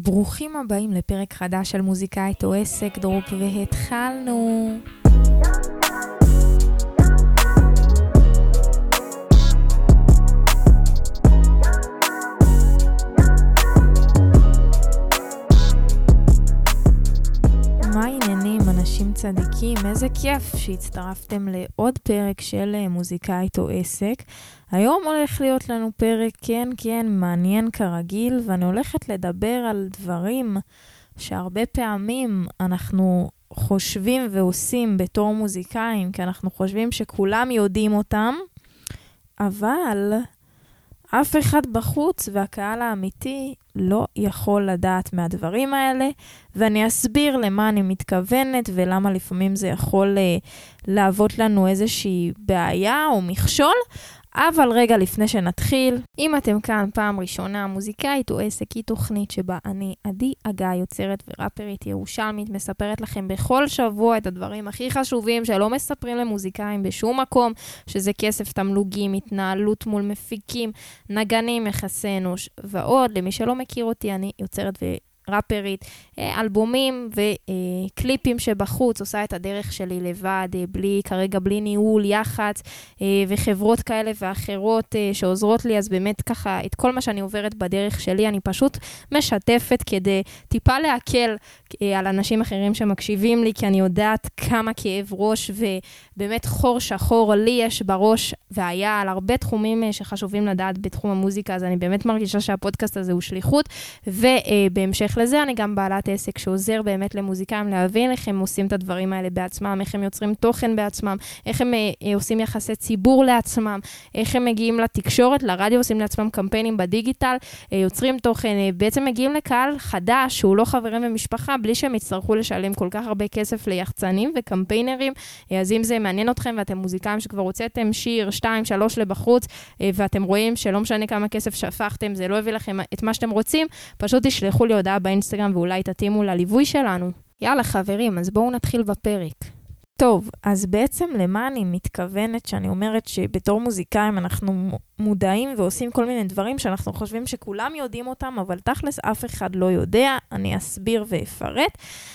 ברוכים הבאים לפרק חדש של מוזיקאית או עסק דרופ, והתחלנו. מה העניינים אנשים צדיקים? איזה כיף שהצטרפתם לעוד פרק של מוזיקאית או עסק. היום הולך להיות לנו פרק כן מעניין כרגיל, ואני הולכת לדבר על דברים שהרבה פעמים אנחנו חושבים ועושים בתור מוזיקאים, כי אנחנו חושבים שכולם יודעים אותם, אבל אף אחד בחוץ והקהל האמיתי לא יכול לדעת מהדברים האלה, ואני אסביר למה אני מתכוונת ולמה לפעמים זה יכול להוות לנו איזושהי בעיה או מכשול. אבל רגע לפני שנתחיל, אם אתם כאן פעם ראשונה, מוזיקאית או עסק היא תוכנית שבה אני, עדי אגה, יוצרת וראפרית ירושלמית, מספרת לכם בכל שבוע את הדברים הכי חשובים שלא מספרים למוזיקאים בשום מקום, שזה כסף, תמלוגים, התנהלות מול מפיקים, נגנים, יחסי אנוש ועוד. למי שלא מכיר אותי, אני יוצרת ראפרית, אלבומים וקליפים שבחוץ, עושה את הדרך שלי לבד, כרגע בלי ניהול, יח"צ וחברות כאלה ואחרות שעוזרות לי, אז באמת ככה את כל מה שאני עוברת בדרך שלי, אני פשוט משתפת כדי טיפה להקל על אנשים אחרים שמקשיבים לי, כי אני יודעת כמה כאב ראש ובאמת חור שחור לי יש בראש, והיה על הרבה תחומים שחשובים לדעת בתחום המוזיקה, אז אני באמת מרגישה שהפודקאסט הזה הוא שליחות, ובהמשך לזה אני גם בעלת עסק שעוזר באמת למוזיקאים להבין איך הם עושים את הדברים האלה בעצמם, איך הם יוצרים תוכן בעצמם, איך הם עושים יחסי ציבור לעצמם, איך הם מגיעים לתקשורת, לרדיו, עושים לעצמם קמפיינים בדיגיטל, יוצרים תוכן, בעצם מגיעים לקהל חדש שהוא לא חברים ומשפחה, בלי שהם יצטרכו לשלם כל כך הרבה כסף ליחצנים וקמפיינרים. אז אם זה מעניין אתכם ואתם מוזיקאים שכבר הוצאתם שיר 2-3 לבחוץ, ואתם רואים שלא משנה כמה כסף שפכתם, זה לא הביא לכם את מה שאתם רוצים, פשוט תשלחו לי הודעה באינסטגרם ואולי תתאימו לליווי שלנו. יאללה חברים, אז בואו נתחיל בפרק. טוב, אז בעצם למה אני מתכוונת שאני אומרת שבתור מוזיקאים אנחנו מודעים ועושים כל מיני דברים שאנחנו חושבים שכולם יודעים אותם, אבל תכלס אף אחד לא יודע, אני אסביר ואפרט.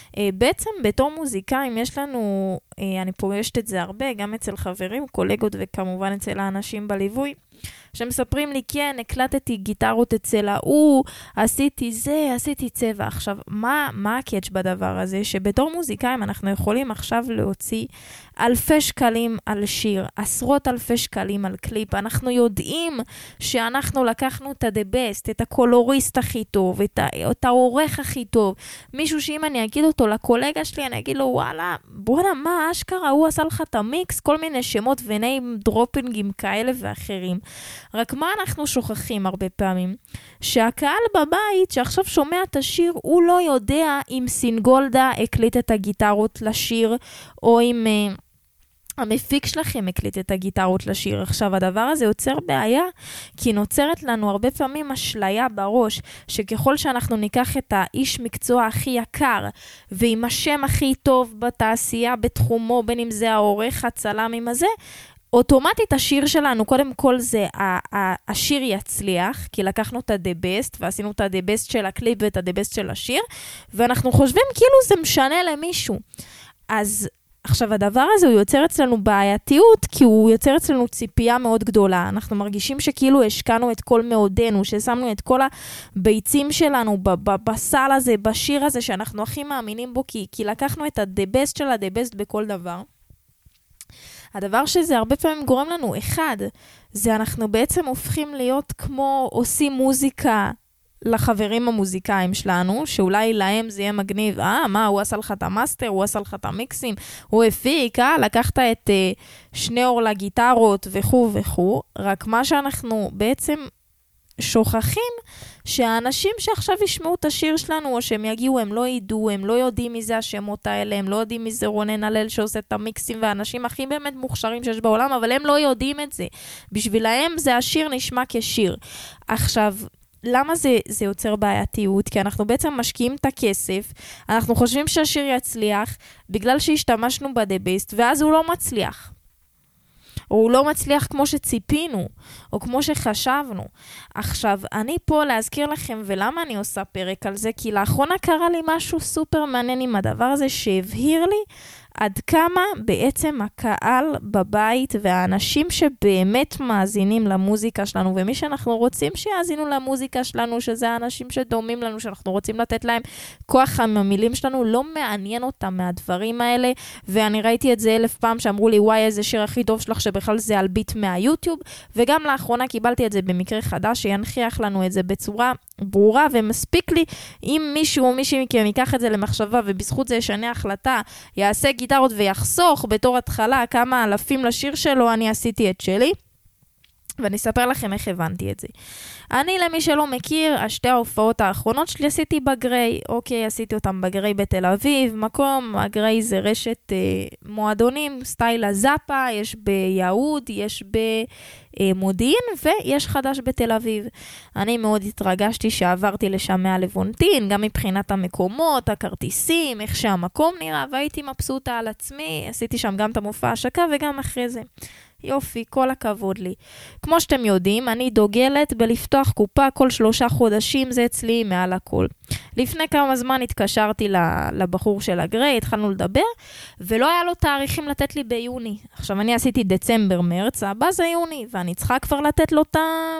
בעצם בתור מוזיקאים יש לנו, אני פוגשת את זה הרבה, גם אצל חברים, קולגות וכמובן אצל האנשים בליווי, שמספרים לי, כן, הקלטתי גיטרות אצל ההוא, עשיתי זה, עשיתי צבע. עכשיו, מה הקאץ' בדבר הזה? שבתור מוזיקאים אנחנו יכולים עכשיו להוציא אלפי שקלים על שיר, עשרות אלפי שקלים על קליפ. אנחנו יודעים שאנחנו לקחנו את the best, את הקולוריסט הכי טוב, את העורך הכי טוב. מישהו שאם אני אגיד אותו לקולגה שלי, אני אגיד לו, וואלה, בואנה, מה אשכרה, הוא עשה לך את המיקס, כל מיני שמות וניים דרופינגים כאלה ואחרים. רק מה אנחנו שוכחים הרבה פעמים? שהקהל בבית שעכשיו שומע את השיר, הוא לא יודע אם סינגולדה הקליט את הגיטרות לשיר, או אם המפיק שלכם הקליט את הגיטרות לשיר. עכשיו, הדבר הזה יוצר בעיה, כי נוצרת לנו הרבה פעמים אשליה בראש, שככל שאנחנו ניקח את האיש מקצוע הכי יקר, ועם השם הכי טוב בתעשייה, בתחומו, בין אם זה העורך, הצלם, עם הזה, אוטומטית השיר שלנו, קודם כל זה, השיר יצליח, כי לקחנו את ה-the best, ועשינו את ה-the best של הקליפ ואת ה-the best של השיר, ואנחנו חושבים כאילו זה משנה למישהו. אז עכשיו הדבר הזה הוא יוצר אצלנו בעייתיות, כי הוא יוצר אצלנו ציפייה מאוד גדולה. אנחנו מרגישים שכאילו השקענו את כל מעודנו, ששמנו את כל הביצים שלנו בסל הזה, בשיר הזה, שאנחנו הכי מאמינים בו, כי לקחנו את ה-the best של ה-the best בכל דבר. הדבר שזה הרבה פעמים גורם לנו, אחד, זה אנחנו בעצם הופכים להיות כמו עושים מוזיקה לחברים המוזיקאים שלנו, שאולי להם זה יהיה מגניב, מה, הוא עשה לך את המאסטר, הוא עשה לך את המיקסים, הוא הפיק, לקחת את שני אור לגיטרות וכו' וכו', רק מה שאנחנו בעצם שוכחים, שהאנשים שעכשיו ישמעו את השיר שלנו, או שהם יגיעו, הם לא ידעו, הם לא יודעים מי זה השמות האלה, הם לא יודעים מי זה רונן הלל שעושה את המיקסים, והאנשים הכי באמת מוכשרים שיש בעולם, אבל הם לא יודעים את זה. בשבילהם זה השיר נשמע כשיר. עכשיו, למה זה יוצר בעייתיות? כי אנחנו בעצם משקיעים את הכסף, אנחנו חושבים שהשיר יצליח, בגלל שהשתמשנו ב-the best, ואז הוא לא מצליח. או הוא לא מצליח כמו שציפינו, או כמו שחשבנו. עכשיו, אני פה להזכיר לכם, ולמה אני עושה פרק על זה? כי לאחרונה קרה לי משהו סופר מעניין עם הדבר הזה, שהבהיר לי עד כמה בעצם הקהל בבית והאנשים שבאמת מאזינים למוזיקה שלנו, ומי שאנחנו רוצים שיאזינו למוזיקה שלנו, שזה האנשים שדומים לנו, שאנחנו רוצים לתת להם כוח עם המילים שלנו, לא מעניין אותם מהדברים האלה, ואני ראיתי את זה 1000 פעם שאמרו לי, וואי, איזה שיר הכי טוב שלך, שבכלל זה על ביט מהיוטיוב, וגם לאחרונה קיבלתי את זה במקרה חדש, שינחיח לנו את זה בצורה ברורה, ומספיק לי אם מישהו או מישהי מכם ייקח את זה למחשבה, ובזכות זה ישנה החלטה, יעשה גיטרות ויחסוך בתור התחלה כמה אלפים לשיר שלו, אני עשיתי את שלי. ואני אספר לכם איך הבנתי את זה. אני, למי שלא מכיר, השתי ההופעות האחרונות שלי עשיתי בגריי. אוקיי, עשיתי אותם בגריי בתל אביב, מקום, הגריי זה רשת מועדונים, סטייל הזאפה, יש ביהוד, יש במודיעין, ויש חדש בתל אביב. אני מאוד התרגשתי שעברתי לשם מהלוונטין, גם מבחינת המקומות, הכרטיסים, איך שהמקום נראה, והייתי מבסוטה על עצמי, עשיתי שם גם את המופע השקה וגם אחרי זה. יופי, כל הכבוד לי. כמו שאתם יודעים, אני דוגלת בלפתוח קופה כל 3 חודשים, זה אצלי מעל הכל. לפני כמה זמן התקשרתי לבחור של הגריי, התחלנו לדבר, ולא היה לו תאריכים לתת לי ביוני. עכשיו, אני עשיתי דצמבר, מרץ, הבא זה יוני, ואני צריכה כבר לתת לו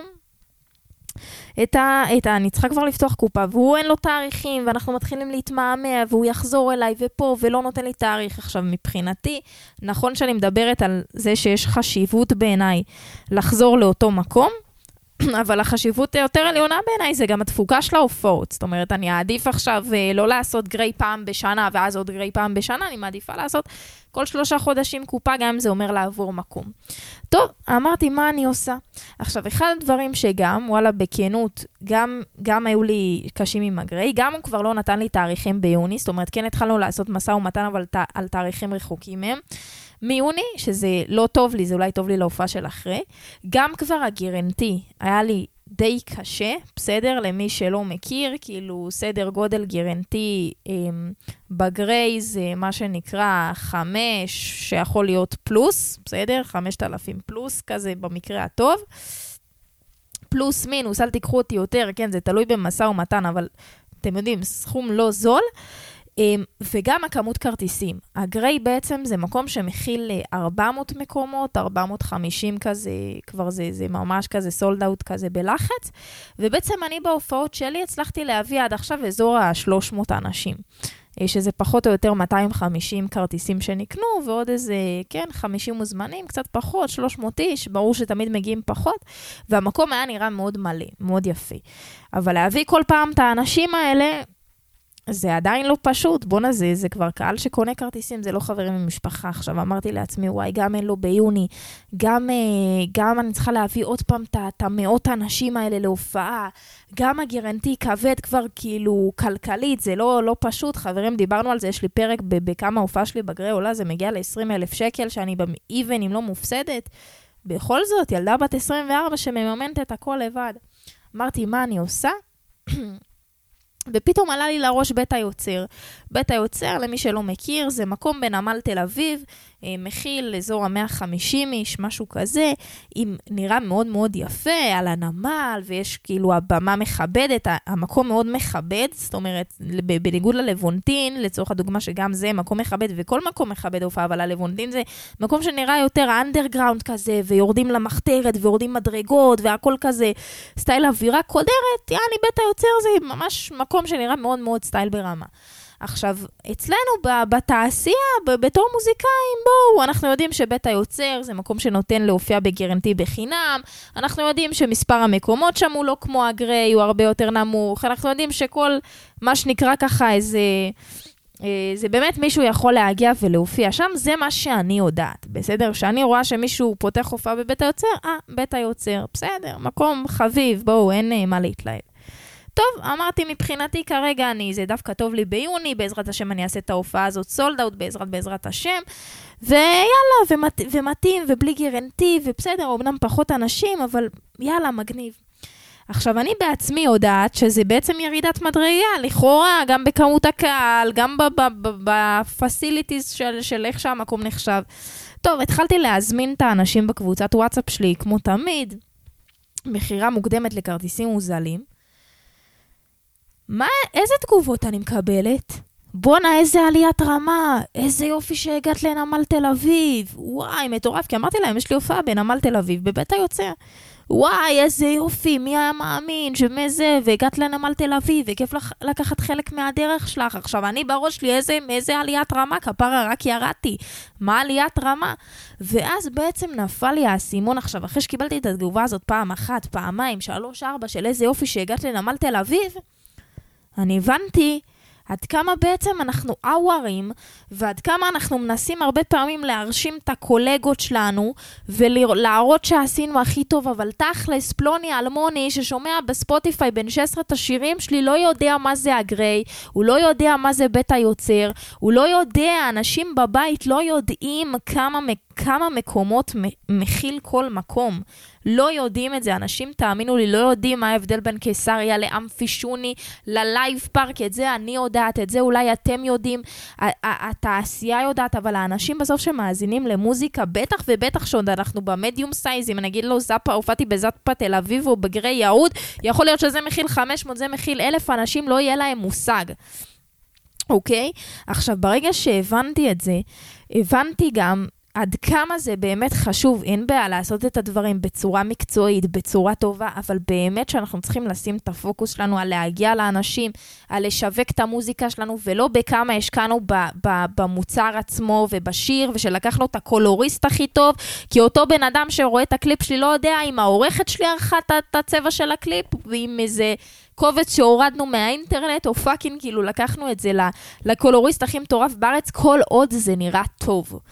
אני צריכה כבר לפתוח קופה, והוא אין לו תאריכים, ואנחנו מתחילים להתמהמה, והוא יחזור אליי ופה, ולא נותן לי תאריך. עכשיו, מבחינתי, נכון שאני מדברת על זה שיש חשיבות בעיניי לחזור לאותו מקום, אבל החשיבות יותר עליונה בעיניי זה גם התפוקה של ההופעות. זאת אומרת, אני אעדיף עכשיו לא לעשות גריי פעם בשנה, ואז עוד גריי פעם בשנה, אני מעדיפה לעשות כל 3 חודשים קופה, גם אם זה אומר לעבור מקום. טוב, אמרתי מה אני עושה. עכשיו, אחד הדברים שגם, וואלה, בכנות, גם היו לי קשים עם הגריי, גם הוא כבר לא נתן לי תאריכים ביוני, זאת אומרת, כן התחלנו לעשות מסע ומתן, אבל על תאריכים רחוקים מהם. מיוני, שזה לא טוב לי, זה אולי טוב לי להופעה של אחרי, גם כבר הגירנטי היה לי די קשה, בסדר? למי שלא מכיר, כאילו סדר גודל גירנטי בגריי זה מה שנקרא 5, שיכול להיות פלוס, בסדר? 5,000 פלוס, כזה במקרה הטוב. פלוס מינוס, אל תיקחו אותי יותר, כן, זה תלוי במסע ומתן, אבל אתם יודעים, סכום לא זול. וגם הכמות כרטיסים. הגריי בעצם זה מקום שמכיל 400 מקומות, 450 כזה, כבר זה ממש כזה סולד אאוט כזה בלחץ, ובעצם אני בהופעות שלי הצלחתי להביא עד עכשיו אזור ה-300 אנשים, שזה פחות או יותר 250 כרטיסים שנקנו, ועוד איזה, כן, 50 מוזמנים, קצת פחות, 300 איש, ברור שתמיד מגיעים פחות, והמקום היה נראה מאוד מלא, מאוד יפה. אבל להביא כל פעם את האנשים האלה, זה עדיין לא פשוט, בוא נזה, זה כבר קהל שקונה כרטיסים, זה לא חברים ממשפחה. עכשיו אמרתי לעצמי, וואי, גם אין לו ביוני, גם אני צריכה להביא עוד פעם את המאות האנשים האלה להופעה, גם הגירנטי כבד כבר כאילו כלכלית, זה לא פשוט, חברים, דיברנו על זה, יש לי פרק בכמה הופעה שלי בגריי עולה, זה מגיע ל-20,000 שקל, שאני באיבן אם לא מופסדת, בכל זאת, ילדה בת 24 שמממנת את הכל לבד. אמרתי, מה אני עושה? ופתאום עלה לי לראש בית היוצר. בית היוצר, למי שלא מכיר, זה מקום בנמל תל אביב, מכיל אזור ה-150 איש, משהו כזה, נראה מאוד מאוד יפה על הנמל, ויש כאילו הבמה מכבדת, המקום מאוד מכבד, זאת אומרת, בניגוד ללוונטין, לצורך הדוגמה שגם זה מקום מכבד, וכל מקום מכבד הופעה, אבל הלוונטין זה מקום שנראה יותר אנדרגראונד כזה, ויורדים למחתרת, ויורדים מדרגות, והכל כזה סטייל אווירה קודרת, יעני בית היוצר זה ממש מקום שנראה מאוד מאוד סטייל ברמה. עכשיו, אצלנו בתעשייה, בתור מוזיקאים, בואו, אנחנו יודעים שבית היוצר זה מקום שנותן להופיע בגירנטי בחינם, אנחנו יודעים שמספר המקומות שם הוא לא כמו הגריי, הוא הרבה יותר נמוך, אנחנו יודעים שכל מה שנקרא ככה זה באמת מישהו יכול להגיע ולהופיע שם, זה מה שאני יודעת, בסדר? שאני רואה שמישהו פותח הופעה בבית היוצר, בית היוצר, בסדר, מקום חביב, בואו, אין מה להתלהב. טוב, אמרתי מבחינתי כרגע זה דווקא טוב לי ביוני, בעזרת השם אני אעשה את ההופעה הזאת סולד אאוט, בעזרת השם, ויאללה, ומתאים, ובלי גירנטי, ובסדר, אומנם פחות אנשים, אבל יאללה, מגניב. עכשיו, אני בעצמי יודעת שזה בעצם ירידת מדרגה, לכאורה, גם בכמות הקהל, גם בפסיליטיז של איך שהמקום נחשב. טוב, התחלתי להזמין את האנשים בקבוצת וואטסאפ שלי, כמו תמיד, מחירה מוקדמת לכרטיסים מוזלים. איזה תגובות אני מקבלת? בונה, איזה עליית רמה, איזה יופי שהגעת לנמל תל אביב. וואי, מטורף, כי אמרתי להם, יש לי הופעה בנמל תל אביב, בבית היוצר. וואי, איזה יופי, מי היה מאמין, שמזה, והגעת לנמל תל אביב, וכיף לקחת חלק מהדרך שלך. עכשיו, אני בראש שלי, איזה עליית רמה, כפרה, רק ירדתי. מה עליית רמה? ואז בעצם נפל לי האסימון עכשיו, אחרי שקיבלתי את התגובה הזאת פעם אחת, פעמיים, 3, 4, של איזה יופי שהגעת לנמל תל אביב, אני הבנתי עד כמה בעצם אנחנו אוורים, ועד כמה אנחנו מנסים הרבה פעמים להרשים את הקולגות שלנו, ולהראות שעשינו הכי טוב, אבל תכלס, פלוני אלמוני ששומע בספוטיפיי בין 16 השירים שלי, לא יודע מה זה הגריי, הוא לא יודע מה זה בית היוצר, הוא לא יודע, אנשים בבית לא יודעים כמה מקומות מכיל כל מקום. לא יודעים את זה, אנשים תאמינו לי, לא יודעים מה ההבדל בין קיסריה לאמפי שוני, ללייב פארק, את זה אני יודעת, את זה אולי אתם יודעים, התעשייה יודעת, אבל האנשים בסוף שמאזינים למוזיקה, בטח ובטח שעוד אנחנו במדיום סייז, אם אני אגיד לו זאפה, הופעתי בזאפה תל אביב או בגרי יהוד, יכול להיות שזה מכיל 500, זה מכיל 1,000, אנשים לא יהיה להם מושג. אוקיי? עכשיו, ברגע שהבנתי את זה, הבנתי גם עד כמה זה באמת חשוב, אין בעיה לעשות את הדברים בצורה מקצועית, בצורה טובה, אבל באמת שאנחנו צריכים לשים את הפוקוס שלנו על להגיע לאנשים, על לשווק את המוזיקה שלנו, ולא בכמה השקענו במוצר עצמו ובשיר, ושלקחנו את הקולוריסט הכי טוב, כי אותו בן אדם שרואה את הקליפ שלי לא יודע אם העורכת שלי ערכה את הצבע של הקליפ, ועם איזה קובץ שהורדנו מהאינטרנט, או פאקינג כאילו לקחנו את זה לקולוריסט הכי מטורף בארץ, כל עוד זה נראה טוב.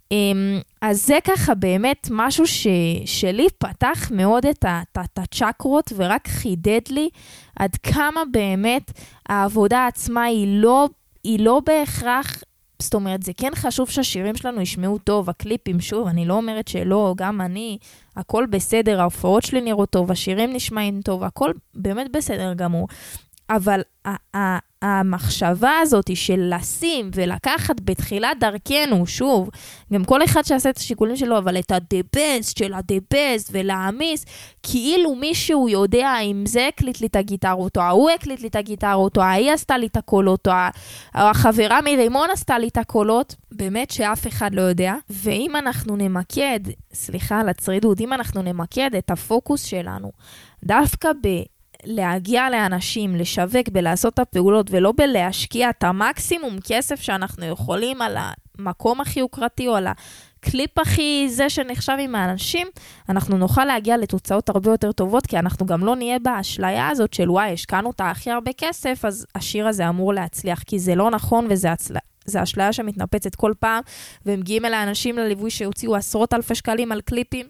אז זה ככה באמת משהו שלי פתח מאוד את הצ'קרות, ורק חידד לי עד כמה באמת העבודה עצמה היא לא בהכרח, זאת אומרת, זה כן חשוב שהשירים שלנו ישמעו טוב, הקליפים, שוב, אני לא אומרת שלא, גם אני, הכל בסדר, ההופעות שלי נראות טוב, השירים נשמעים טוב, הכל באמת בסדר גמור, אבל המחשבה הזאת של לשים ולקחת בתחילת דרכנו, שוב, גם כל אחד שעשה את השיקולים שלו, אבל את ה-the best של ה-the best ולהעמיס, כאילו מישהו יודע אם זה הקליט לי את הגיטרות, או ההוא הקליט לי את הגיטרות, או ההיא עשתה לי את הקולות, או החברה מרימון עשתה לי את הקולות, באמת שאף אחד לא יודע. ואם אנחנו נמקד, סליחה על הצרידות, אם אנחנו נמקד את הפוקוס שלנו, דווקא להגיע לאנשים, לשווק, בלעשות את הפעולות, ולא בלהשקיע את המקסימום כסף שאנחנו יכולים על המקום הכי יוקרתי, או על הקליפ הכי זה שנחשב עם האנשים, אנחנו נוכל להגיע לתוצאות הרבה יותר טובות, כי אנחנו גם לא נהיה באשליה הזאת של וואי, השקענו את הכי הרבה כסף, אז השיר הזה אמור להצליח, כי זה לא נכון, וזה זה אשליה שמתנפצת כל פעם, והם מגיעים אל האנשים לליווי שהוציאו 10,000 שקלים על קליפים,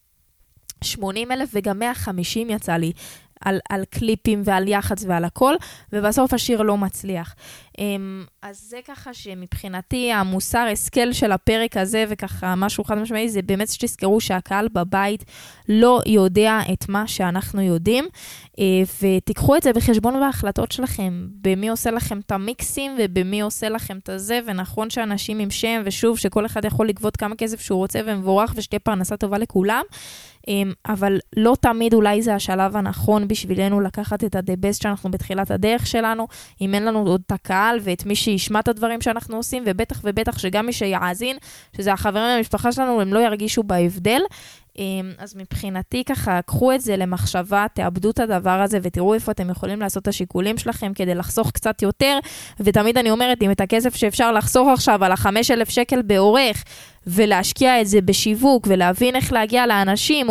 80,000 וגם 150 יצא לי, על קליפים ועל יחץ ועל הכל, ובסוף השיר לא מצליח. אז זה ככה שמבחינתי המוסר הסקל של הפרק הזה, וככה משהו חד משמעי, זה באמת שתזכרו שהקהל בבית לא יודע את מה שאנחנו יודעים, ותיקחו את זה בחשבון בהחלטות שלכם, במי עושה לכם את המיקסים, ובמי עושה לכם את זה, ונכון שאנשים עם שם, ושוב שכל אחד יכול לגבות כמה כסף שהוא רוצה, ומבורך, ושתהיה פרנסה טובה לכולם, אבל לא תמיד אולי זה השלב הנכון בשבילנו לקחת את ה-the best שאנחנו בתחילת הדרך שלנו, אם אין לנו עוד את הקהל ואת מי שישמע את הדברים שאנחנו עושים, ובטח ובטח שגם מי שיעזין, שזה החברים והמשפחה שלנו, הם לא ירגישו בהבדל. אז מבחינתי ככה, קחו את זה למחשבה, תאבדו את הדבר הזה ותראו איפה אתם יכולים לעשות את השיקולים שלכם כדי לחסוך קצת יותר, ותמיד אני אומרת, אם את הכסף שאפשר לחסוך עכשיו על ה5,000 שקל בעורך, ולהשקיע את זה בשיווק, ולהבין איך להגיע לאנשים,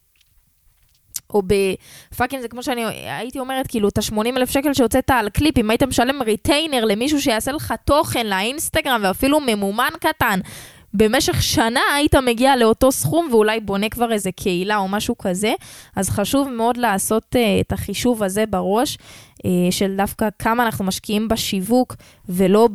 או פאקינג, זה כמו שאני הייתי אומרת, כאילו, את ה80,000 שקל שהוצאת על קליפ, אם היית משלם ריטיינר למישהו שיעשה לך תוכן לאינסטגרם, ואפילו ממומן קטן, במשך שנה היית מגיע לאותו סכום, ואולי בונה כבר איזה קהילה או משהו כזה, אז חשוב מאוד לעשות את החישוב הזה בראש, של דווקא כמה אנחנו משקיעים בשיווק, ולא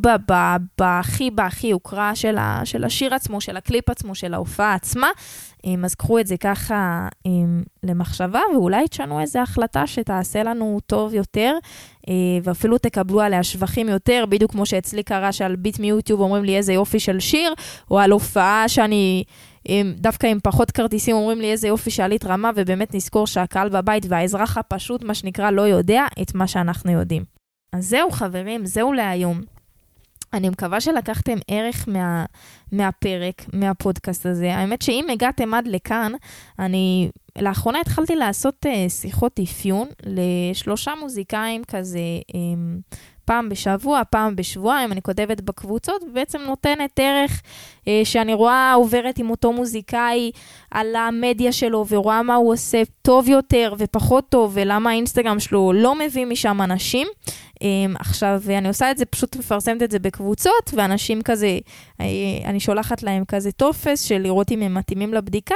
בהכי הוקרה של השיר עצמו, של הקליפ עצמו, של ההופעה עצמה, אז קחו את זה ככה למחשבה, ואולי תשנו איזו החלטה שתעשה לנו טוב יותר, ואפילו תקבלו עליה שבחים יותר, בדיוק כמו שאצלי קרה שעל ביט מיוטיוב אומרים לי איזה יופי של שיר, או על הופעה שאני דווקא עם פחות כרטיסים אומרים לי איזה יופי שעלית רמה, ובאמת נזכור שהקהל בבית והאזרח הפשוט, מה שנקרא, לא יודע את מה שאנחנו יודעים. אז זהו חברים, זהו להיום. אני מקווה שלקחתם ערך מהפרק, מהפודקאסט הזה. האמת שאם הגעתם עד לכאן, לאחרונה התחלתי לעשות שיחות אפיון ל3 מוזיקאים כזה, פעם בשבוע, פעם בשבועיים, אני כותבת בקבוצות, ובעצם נותנת ערך שאני רואה עוברת עם אותו מוזיקאי על המדיה שלו, ורואה מה הוא עושה טוב יותר ופחות טוב, ולמה האינסטגרם שלו לא מביא משם אנשים. עכשיו, אני עושה את זה, פשוט מפרסמת את זה בקבוצות, ואנשים כזה, אני שולחת להם כזה טופס, של לראות אם הם מתאימים לבדיקה,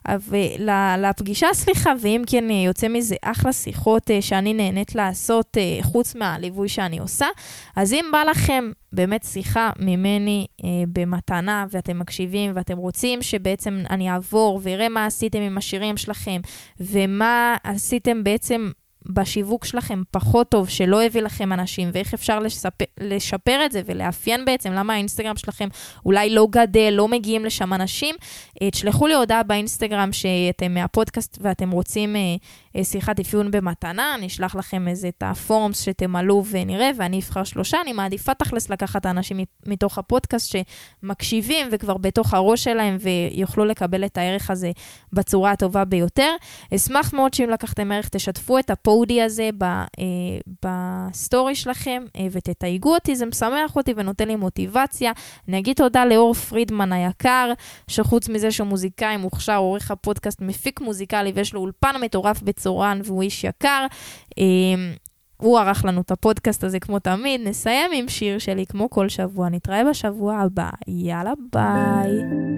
לפגישה, סליחה, ואם כן יוצא מזה אחלה שיחות שאני נהנית לעשות, חוץ מהליווי שאני עושה, אז אם בא לכם באמת שיחה ממני במתנה, ואתם מקשיבים, ואתם רוצים שבעצם אני אעבור, ויראה מה עשיתם עם השירים שלכם, ומה עשיתם בעצם בשיווק שלכם פחות טוב, שלא הביא לכם אנשים, ואיך אפשר לשפר את זה, ולאפיין בעצם למה האינסטגרם שלכם אולי לא גדל, לא מגיעים לשם אנשים, תשלחו לי הודעה באינסטגרם שאתם מהפודקאסט, ואתם רוצים שיחת אפיון במתנה, אני אשלח לכם איזה את הפורמס שתמלאו ונראה, ואני אבחר 3, אני מעדיפה תכלס לקחת האנשים מתוך הפודקאסט שמקשיבים, וכבר בתוך הראש שלהם, ויוכלו לקבל את הערך הזה בצורה הטובה ביותר. אשמח מאוד שאם לקחתם ערך, תשתפו את הפודי הזה בסטורי שלכם, ותתייגו אותי, זה משמח אותי ונותן לי מוטיבציה. אני אגיד תודה לאור פרידמן היקר, שחוץ מזה שהוא מוזיקאי מוכשר, עורך הפודקאסט, מפיק מוזיקלי, ויש לו אולפן מטורף בצורן, והוא איש יקר. הוא ערך לנו את הפודקאסט הזה כמו תמיד. נסיים עם שיר שלי כמו כל שבוע. נתראה בשבוע הבא. יאללה ביי.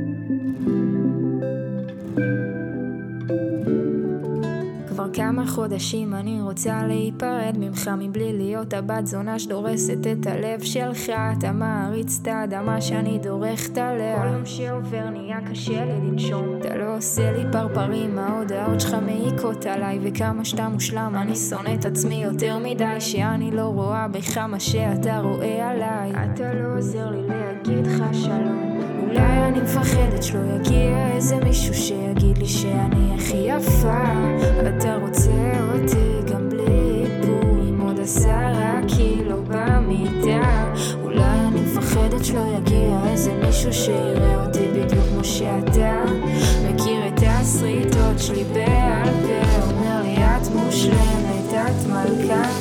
כבר כמה חודשים אני רוצה להיפרד ממך, מבלי להיות הבת זונה שדורסת את הלב שלך. אתה מעריץ את האדמה שאני דורכת עליה, כל יום שעובר נהיה קשה לי לנשום. אתה לא עושה לי פרפרים, ההודעות שלך מעיקות עליי, וכמה שאתה מושלם אני שונא את עצמי יותר מדי, שאני לא רואה בך מה שאתה רואה עליי. אתה לא עוזר לי להגיד לך שלום, אולי אני מפחדת שלא יגיע איזה מישהו שיגיד לי שאני הכי יפה. אתה רוצה אותי גם בלי איפור, עם עוד 10 קילו במיטה. אולי אני מפחדת שלא יגיע איזה מישהו שיראה אותי בדיוק כמו שאתה מכיר את הסריטות שלי בעל פה, אומר לי את מושלמת, את מלכה.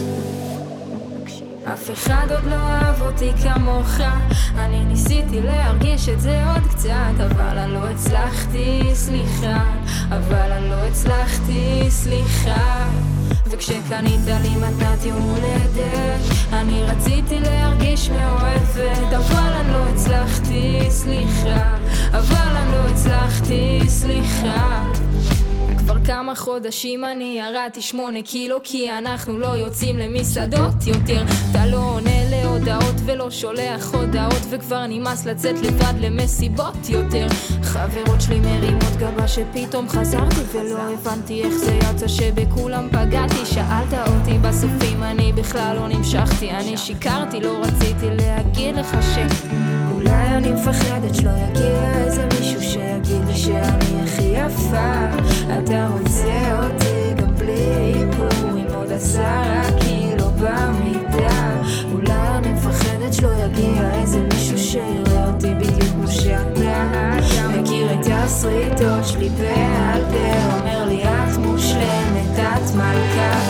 אף אחד עוד לא אהב אותי כמוך, אני ניסיתי להרגיש את זה עוד קצת, אבל אני לא הצלחתי, סליחה, אבל אני לא הצלחתי, סליחה. וכשקנית לי מתנת יום הולדת, אני רציתי להרגיש מאוהבת, אבל אני לא הצלחתי, סליחה, אבל אני לא הצלחתי, סליחה. כבר כמה חודשים אני ירדתי 8 קילו, כי אנחנו לא יוצאים למסעדות יותר. אתה לא עונה להודעות ולא שולח הודעות, וכבר נמאס לצאת לבד למסיבות יותר. חברות שלי מרימות גבה שפתאום חזרתי, ולא הבנתי איך זה יצא שבכולם פגעתי. שאלת אותי בסופים, אני בכלל לא נמשכתי, אני שיקרתי, לא רציתי להגיד לך אולי אני מפחדת שלא יגיע איזה מישהו שיגיד לי שאני הכי יפה. אתה רוצה אותי גם בלי איפור, עם עוד 10 קילו במיטה. אולי אני מפחדת שלא יגיע איזה מישהו שיראה אותי בדיוק כמו שאתה מכיר את הסריטות שלי בעל פה, אומר לי את מושלמת, את מלכה.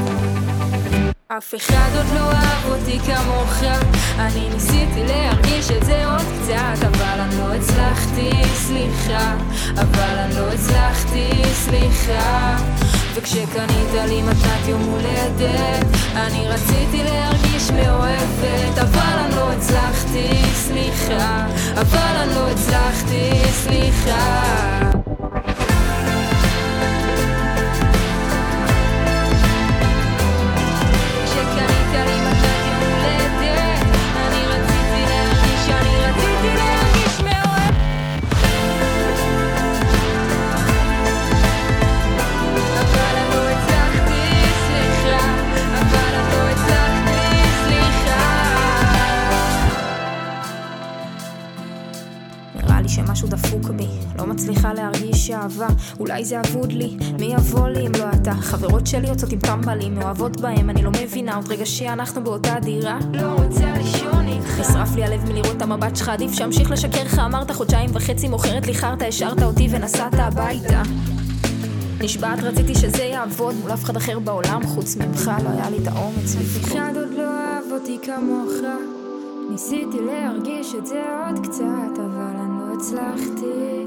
אף אחד עוד לא אהב אותי כמוך, אני ניסיתי להרגיש את זה עוד קצת, אבל אני לא הצלחתי, סליחה, אבל אני לא הצלחתי, סליחה. וכשקנית לי מתנת יום הולדת, אני רציתי להרגיש מאוהבת, אבל אני לא הצלחתי, סליחה, אבל אני לא הצלחתי, סליחה. משהו דפוק בי, לא מצליחה להרגיש אהבה, אולי זה אבוד לי, מי יבוא לי אם לא אתה? חברות שלי יוצאות עם טמבלים, מאוהבות בהם, אני לא מבינה, עוד רגע שאנחנו באותה דירה, לא רוצה לישון איתך. נשרף לי הלב מלראות את המבט שלך, עדיף שאמשיך לשקר לך, אמרת 2.5 חודשים מוכרת לי חרטה, השארת אותי ונסעת הביתה. נשבעת רציתי שזה יעבוד מול אף אחד אחר בעולם חוץ ממך, לא היה לי את האומץ לפחות. אחד עוד לא אהב אותי כמוך, ניסיתי להרגיש את זה עוד קצת, אבל אני לא הצלחתי.